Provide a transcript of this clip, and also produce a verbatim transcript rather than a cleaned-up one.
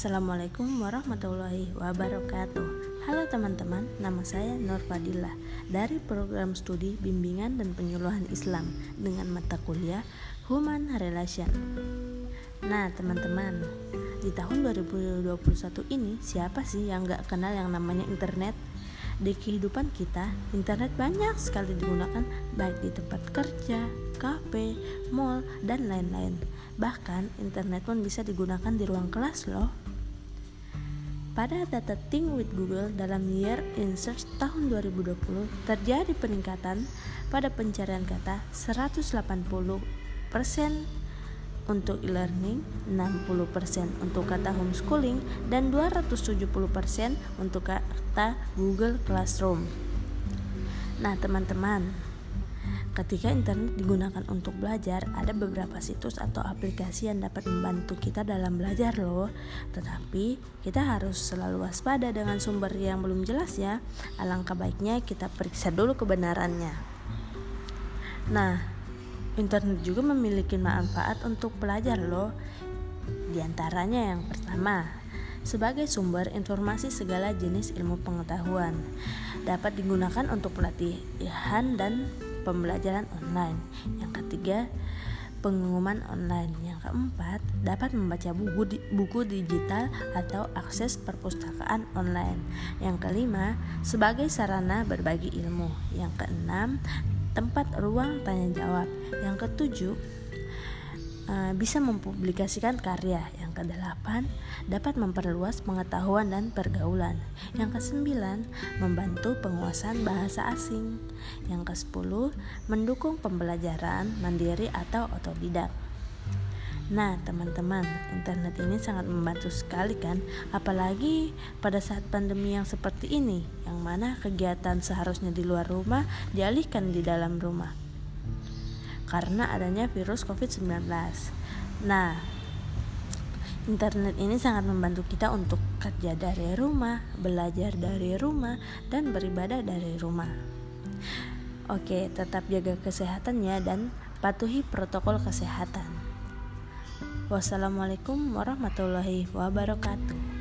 Assalamualaikum warahmatullahi wabarakatuh. Halo teman-teman, nama saya Nur Fadilah dari program studi Bimbingan dan Penyuluhan Islam dengan mata kuliah Human Relation. Nah teman-teman, di tahun dua ribu dua puluh satu ini siapa sih yang gak kenal yang namanya internet? Di kehidupan kita, internet banyak sekali digunakan baik di tempat kerja, kafe, mall, dan lain-lain. Bahkan internet pun bisa digunakan di ruang kelas loh. Pada data Think with Google dalam Year in Search tahun dua ribu dua puluh terjadi peningkatan pada pencarian kata seratus delapan puluh persen untuk e-learning, enam puluh persen untuk kata homeschooling, dan dua ratus tujuh puluh persen untuk kata Google Classroom. Nah teman-teman, ketika internet digunakan untuk belajar, ada beberapa situs atau aplikasi yang dapat membantu kita dalam belajar loh. Tetapi kita harus selalu waspada dengan sumber yang belum jelas ya. Alangkah baiknya kita periksa dulu kebenarannya. Nah, internet juga memiliki manfaat untuk pelajar loh. Di antaranya yang pertama, sebagai sumber informasi segala jenis ilmu pengetahuan, dapat digunakan untuk pelatihan dan pembelajaran online. Yang ketiga, pengumuman online. Yang keempat, dapat membaca buku, di, buku digital atau akses perpustakaan online. Yang kelima, sebagai sarana berbagi ilmu. Yang keenam, tempat ruang tanya jawab. Yang ketujuh, uh, bisa mempublikasikan karya. Yang kedelapan, dapat memperluas pengetahuan dan pergaulan. Yang kesembilan, membantu penguasaan bahasa asing. Yang kesepuluh, mendukung pembelajaran mandiri atau otodidak. Nah teman-teman, internet ini sangat membantu sekali kan, apalagi pada saat pandemi yang seperti ini, yang mana kegiatan seharusnya di luar rumah dialihkan di dalam rumah karena adanya virus covid sembilan belas. Nah, internet ini sangat membantu kita untuk kerja dari rumah, belajar dari rumah, dan beribadah dari rumah. Oke, tetap jaga kesehatannya dan patuhi protokol kesehatan. Wassalamualaikum warahmatullahi wabarakatuh.